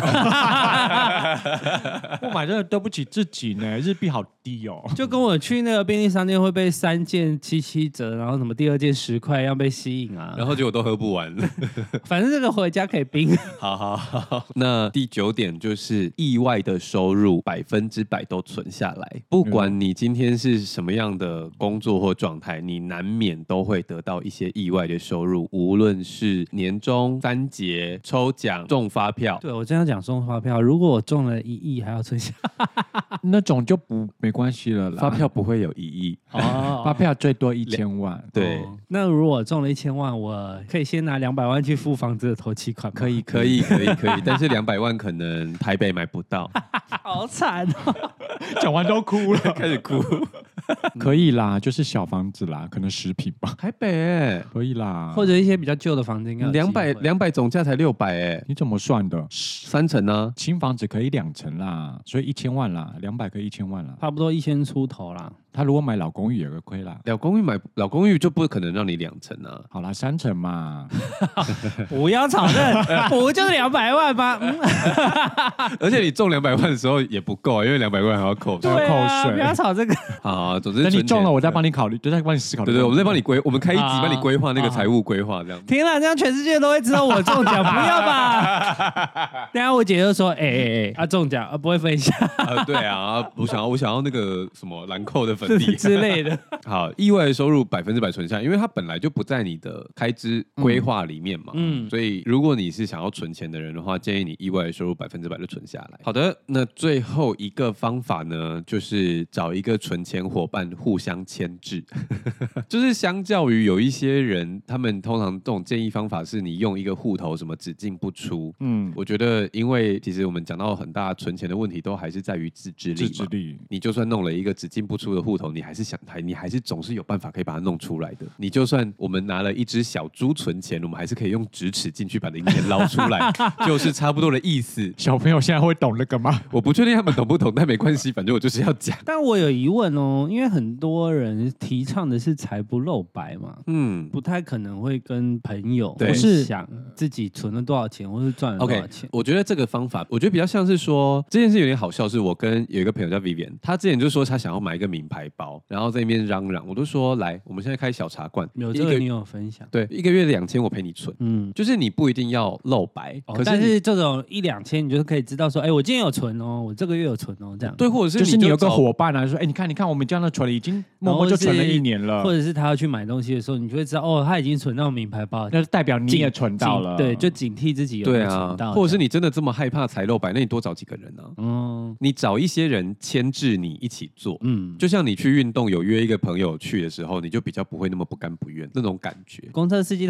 买真的对不起自己呢，日币好低哦。 就跟我去那个便利商店会被3件77折，然后什么第2件10块一样被吸引啊。 然后结果都喝不完。 反正这个回家可以冰。 好。那第9点就是意外的收入100%都存下来，不管你今天是什么样的工作或状态，你难免都会得到一些意外的收入，无论是年终、3节、抽奖、中发票。 对，我真要讲中发票，如果我中了1亿还要存下， 那种就没关系了啦。 发票不会有1亿哦，发票最多1000万。 对， 那如果中了1000万，我可以先拿200万去付房子的头期款吗？ 可以，但是200万可能台北买不到。 好惨哦！ 讲完都哭了， 开始哭。 可以啦，就是小房子啦，可能10坪吧。 台北可以啦， 或者一些比较旧的房子，应该 200总价才600哎， 你怎么算的 ？3成呢？ 新房子可以2成啦，所以1000万啦，200可以1000万啦， 差不多1000出头啦。 他如果买老公寓也会亏啦， 老公寓就不可能让你2成啊。 好啦，3成嘛。 不要吵这，不就是200万吗？ 而且你中200万的时候也不够啊，因为200万还要扣税。 对啊，不要吵这个。 好，总之等你中了，我再帮你考虑，就再帮你思考。 对，我们再帮你我们开一集帮你规划那个财务规划，这样。 天啊，这样全世界都会知道我中奖，不要吧？等下我姐就说，中奖不会分享。 对啊，我想要那个什么兰蔻的粉底之类的。 好，意外的收入100%存下，因为它本来就不在你的开支规划里面嘛。所以如果你是想要存钱的人的话，建议你意外的收入100%的存下来。好的，那最后一个方法呢，就是找一个存钱伙伴互相牵制。就是相较于有一些人，他们通常这种建议方法是你用一个户头什么只进不出。我觉得因为其实我们讲到很大存钱的问题，都还是在于自制力。你就算弄了一个只进不出的户头，你还是总是有办法可以把它弄出来的。你就算我们拿了一只小猪存钱，我们还是可以用直尺进去把零钱捞出来，就是差不多的意思。 小朋友现在会懂那个吗？ 我不确定他们懂不懂，但没关系，反正我就是要讲。 但我有疑问哦，因为很多人提倡的是财不露白嘛，不太可能会跟朋友分享自己存了多少钱，或是赚了多少钱。 我觉得这个方法，我觉得比较像是说这件事有点好笑，是我跟有一个朋友叫 Vivian， 他之前就说他想要买一个名牌包，然后在那边嚷嚷，我都说来，我们现在开小茶馆， 有这个你有分享， 对，1个月2000我陪你存，就是你不一定要露白， 但是这种1-2000你就可以知道说，我今天有存哦，我这个月有存哦，这样对，或者是就是你有个伙伴啊，说你看我们这样的存了，已经默默就存了1年了， 或者是他要去买东西的时候，你就会知道他已经存到名牌包， 那就代表你也存到了， 对，就警惕自己有没有存到， 或者是你真的这么害怕财露白，那你多找几个人啊，你找一些人牵制你一起做，就像你去运动有约一个朋友去的时候，你就比较不会那么不甘不愿那种感觉。 公车司机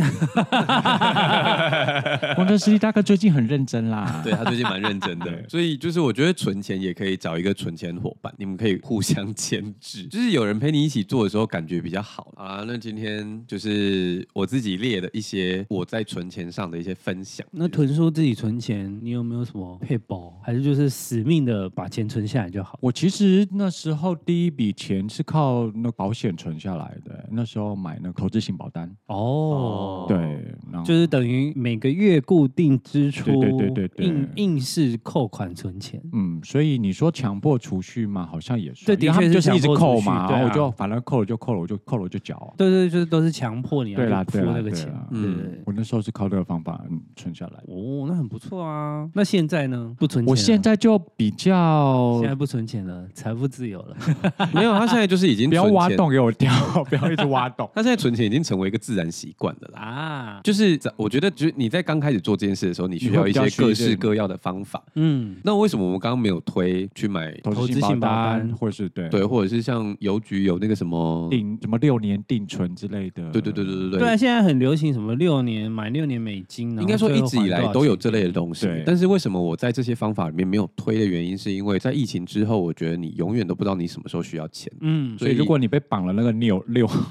公车司机大哥最近很认真啦， 对，他最近蛮认真的，所以就是我觉得存钱也可以找一个存钱伙伴，你们可以互相牵制，就是有人陪你一起做的时候感觉比较好啊。那今天就是我自己列的一些我在存钱上的一些分享。 那屯叔自己存钱，你有没有什么配包，还是就是死命的把钱存下来就好？ 我其实那时候第一笔钱是靠那保险存下来的，那时候买那投资型保单。对， 就是等于每个月固定支出， 对， 硬是扣款存钱。 所以你说强迫储蓄嘛，好像也是， 对，的确是就是一直扣嘛， 然后我就反正扣了就扣了，我就扣了就缴。 对，就是都是强迫你要付那个钱。 我那时候是靠这个方法存下来。 那很不错啊。那现在呢？不存钱？ 我现在就比较， 现在不存钱了，财富自由了。 没有，他现在就是已经不要挖洞给我跳，不要一直挖洞。 他现在存钱已经成为一个自然习惯了啦。就是我觉得，就是你在刚开始做这件事的时候，你需要一些各式各样的方法。那为什么我们刚刚没有推去买投资型保单， 或者是对， 或者是像像邮局有那个什么定什么6年定存之类的。 对。 对啊，现在很流行什么买6年美金， 应该说一直以来都有这类的东西对。 但是为什么我在这些方法里面没有推的原因，是因为在疫情之后，我觉得你永远都不知道你什么时候需要钱。 所以如果你被绑了那个 6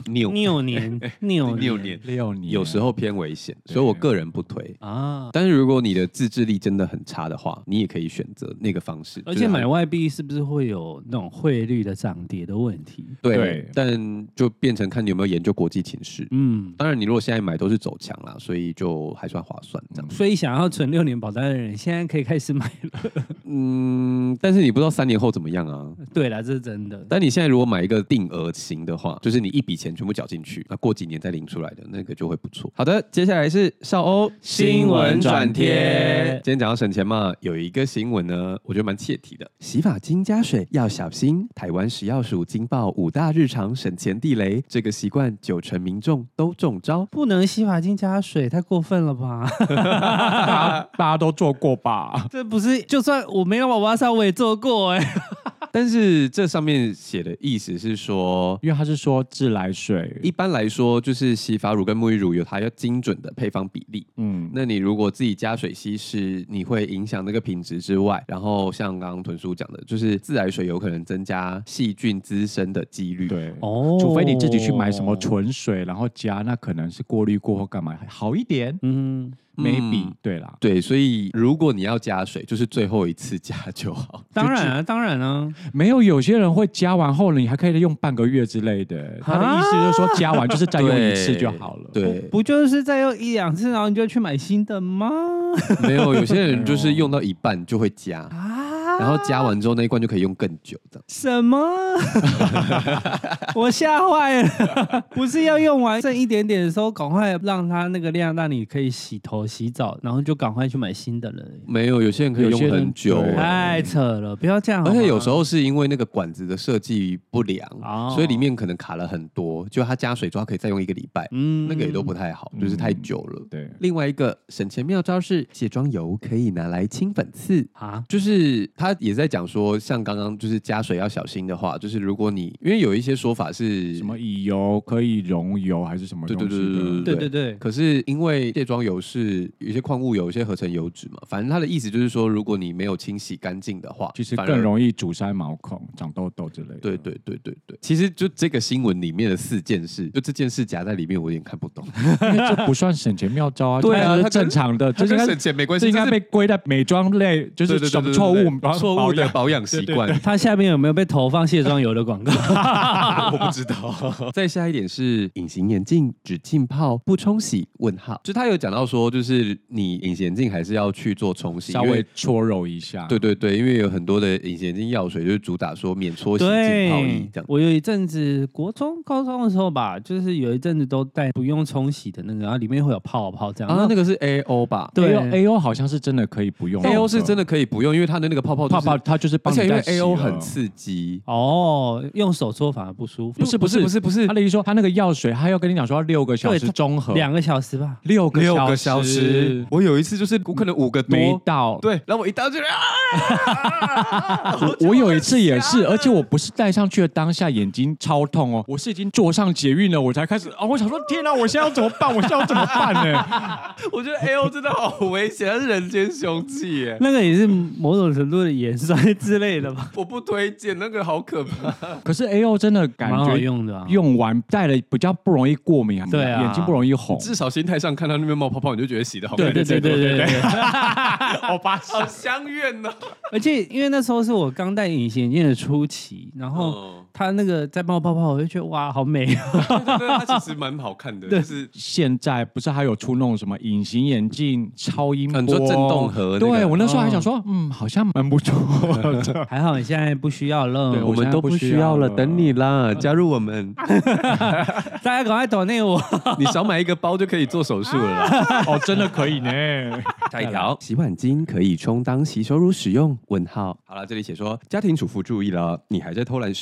年， 有时候偏危险，所以我个人不推啊。 但是如果你的自制力真的很差的话，你也可以选择那个方式。 而且买外币是不是会有那种汇率的涨跌的问题？ 对，但就变成看你有没有研究国际情势。当然你如果现在买都是走强啦，所以就还算划算这样。 所以想要存6年保单的人，现在可以开始买了。 但是你不知道3年后怎么样啊？ 对啦，这是真的。 但你现在如果买一个定额型的话，就是你一笔钱全部缴进去，那过几年再领出来的那个就会不错。好的，接下来是少欧新闻转贴。 今天讲到省钱嘛，有一个新闻呢，我觉得蛮切题的。洗发精加水要小心，台湾食药署惊爆5大日常省钱地雷，这个习惯90%民众都中招。 不能洗发精加水，太过分了吧？ 大家都做过吧？ 这不是，就算我没有娃娃纱，我也做过但是这上面写的意思是说， 因为他是说自来水， 一般来说就是洗发乳跟沐浴乳有它要精准的配方比例。那你如果自己加水稀释，你会影响那个品质之外，然后像刚刚屯叔讲的，就是自来水有可能增加细菌滋生的几率。 对，除非你自己去买什么纯水，然后加，那可能是过滤过或干嘛好一点。maybe 对啦， 对，所以如果你要加水，就是最后一次加就好。 当然啊， 没有些人会加完后呢，你还可以用半个月之类的。他的意思就是说，加完就是再用一次就好了。 对， 不就是再用1-2次，然后你就去买新的吗？ 没有些人就是用到一半就会加然后加完之后那一罐就可以用更久这样。 什么？我吓坏了！不是要用完剩一点点的时候，赶快让它那个量，让你可以洗头洗澡，然后就赶快去买新的了。 没有些人可以用很久。 太扯了，不要这样。 而且有时候是因为那个管子的设计不良，所以里面可能卡了很多，就它加水之后可以再用1个礼拜，那个也都不太好，就是太久了。 对。 另外一个省钱妙招是卸妆油可以拿来清粉刺就是它也在讲说，像刚刚就是加水要小心的话，就是如果你因为有一些说法是什么乙油可以溶油还是什么东西的， 对。 可是因为卸妆油是有一些矿物油、有些合成油脂嘛，反正它的意思就是说，如果你没有清洗干净的话， 其实更容易阻塞毛孔、长痘痘之类的。 对。其实就这个新闻里面的4件事，就这件事夹在里面，我有点看不懂， 因为这不算省钱妙招啊。 对啊， 它是正常的， 这跟省钱没关系， 这应该被归在美妆类，就是什么错误的保养习惯。 它下面有没有被投放卸妆油的广告？ 我不知道。再下一点是隐形眼镜只浸泡不冲洗？就他有讲到说，就是你隐形眼镜还是要去做冲洗， 稍微搓揉一下。 对，因为有很多的隐形眼镜药水就是主打说免搓洗浸泡液这样。 我有一阵子国中、高中的时候吧，就是有一阵子都带不用冲洗的那个，然后里面会有泡泡这样。 那个是 AO 吧？ 对 ，AO 好像是真的可以不用。 AO 是真的可以不用，因为它的那个泡泡它就是帮你而且因为 AO 很刺激用手搓反而不舒服。 不是，他的意思说他那个药水，他要跟你讲说要6个小时中和 ，2个小时吧 ，6个小时。 我有一次就是我可能5个多没到， 对，然后我一到就我有一次也是，而且我不是戴上去的当下眼睛超痛哦，我是已经坐上捷运了，我才开始我想说天哪，我现在要怎么办？我现在要怎么办呢？ 我觉得 AO 真的好危险，它是人间凶器耶。 那个也是某种程度的盐酸之类的吧？ 我不推荐，那个好可怕。 可是 AO 真的感觉用的， 用完戴了比较不容易过敏， 对啊， 眼睛不容易红。 至少心态上看到那边冒泡泡，你就觉得洗得好。 对。 我发现好相怨呢。 而且因为那时候是我刚戴隐形眼镜的初期，然后它那个在冒泡泡，我就觉得哇，好美。 对，它其实蛮好看的。就是现在不是还有出那种什么隐形眼镜超音波， 很多震动盒。 对，我那时候还想说，好像蛮不错。 还好你现在不需要了， 我们都不需要了，等你啦，加入我们。 大家赶快donate我， 你少买1个包就可以做手术了啦。 真的可以呢。 下一条，洗碗巾可以充当洗手乳使用？好了，这里写说家庭主妇注意了，你还在偷懒使用洗碗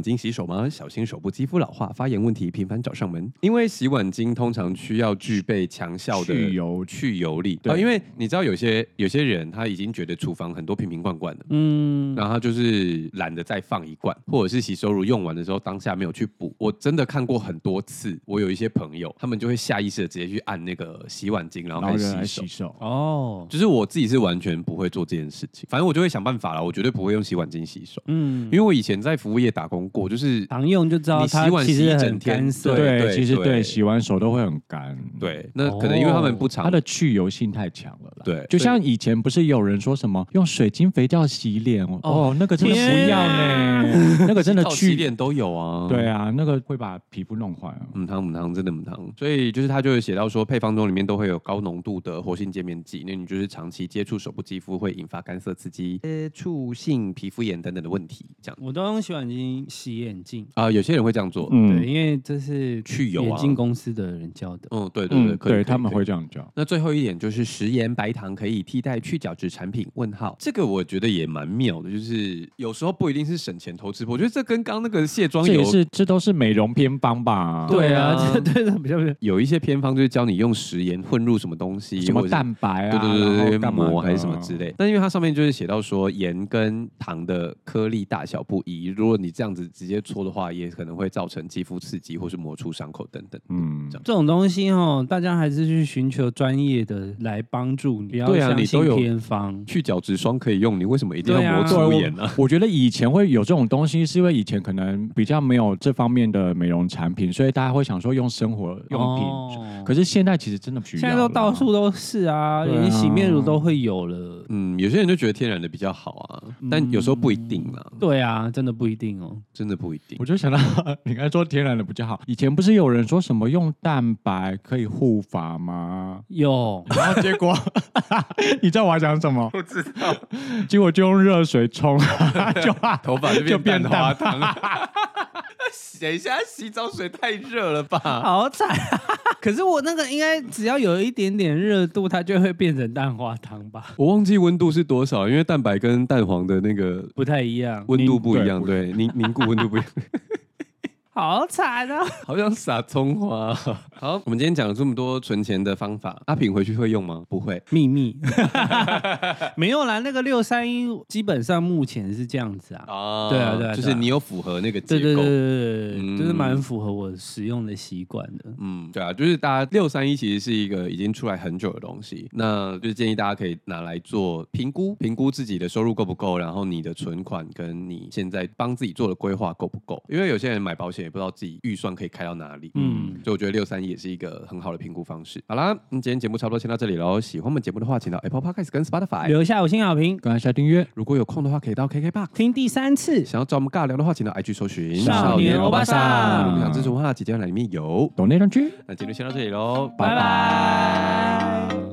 巾洗手吗？小心手部肌肤老化、发炎问题频繁找上门。因为洗碗巾通常需要具备强效的去油力因为你知道有些人他已经觉得厨房很多瓶瓶罐罐的，然后他就是懒得再放一罐，或者是洗手乳用完的时候当下没有去补。我真的看过很多次，我有一些朋友他们就会下意识的直接去按那个洗碗巾，然后开始洗手。就是我自己是完全不会做这件事情，反正我就会想办法啦，我绝对不会用洗碗巾洗手。因为我以前在服务业打工过，就是常用就知道它其实很干涩。 对，其实对，洗完手都会很干。 对，那可能因为他们不常， 它的去油性太强了啦。 对， 就像以前不是有人说什么用水晶肥皂洗脸那个真的不要呢，那个真的洗脸都有啊。 对啊，那个会把皮肤弄坏啊。 母汤真的母汤。所以就是他就会写到说，配方中里面都会有高浓度的活性界面剂，那你就是长期接触手部肌肤会引发干涩刺激、接触性皮肤炎等等的问题。这样， 我都用洗碗巾洗眼镜有些人会这样做， 对，因为这是去油眼镜公司的人教的。 对， 对，他们会这样教。 那最后一点就是食盐白糖可以替代去角质产品？这个我觉得也蛮妙的，就是有时候不一定是省钱偷吃破，我觉得这跟刚刚那个卸妆油这都是美容偏方吧？ 对啊，对比较有一些偏方就是教你用食盐混入什么东西， 什么蛋白啊， 对，膜还是什么之类。但因为它上面就是写到说盐跟糖的颗粒大小不一，如果你这样子直接搓的话，也可能会造成肌肤刺激或是磨出伤口等等。 这种东西大家还是去寻求专业的来帮助你，不要相信偏方。 去角质霜可以用，你为什么一定要磨出盐呢？ 我觉得以前会有这种东西，是因为以前可能比较没有这方面的美容产品，所以大家会想说用生活用品。可是现在其实真的不需要， 现在都到处都是啊，连洗面乳都会有了。 有些人就觉得天然的比较好啊，但有时候不一定啦。 对啊，真的不一定哦， 真的不一定。 我就想到你刚才说天然的比较好，以前不是有人说什么用蛋白可以护发吗？ 有， 然后结果你知道我要讲什么？ 不知道。 结果就用热水冲， 头发就变蛋花汤。等一下，洗澡水太热了吧？ 好惨啊！可是我那个应该只要有一点点热度，它就会变成蛋花汤吧？ 我忘记温度是多少，因为蛋白跟蛋黄的那个不太一样， 温度不一样，对，凝固温度不一样。 好惨啊！ 好想撒葱花。好，我们今天讲了这么多存钱的方法，阿平回去会用吗？不会， 秘密。没有啦，那个631基本上目前是这样子啊。对啊， 就是你有符合那个结构， 对，就是蛮符合我使用的习惯的。 对啊，就是大家631其实是一个已经出来很久的东西，那就是建议大家可以拿来做评估自己的收入够不够，然后你的存款跟你现在帮自己做的规划够不够，因为有些人买保险也不知道自己预算可以开到哪里，所以我觉得631也是一个很好的评估方式。好啦，今天节目差不多先到这里喽。喜欢我们节目的话，请到 Apple Podcast 跟 Spotify 留下5星好评， 赶快下订阅。 如果有空的话，可以到 KKBOX 听第3次。 想要找我们尬聊的话，请到 IG 搜寻少年欧巴桑。 如果想支持的话，姐姐栏里面有抖内容区。 那今天就先到这里喽， 拜拜。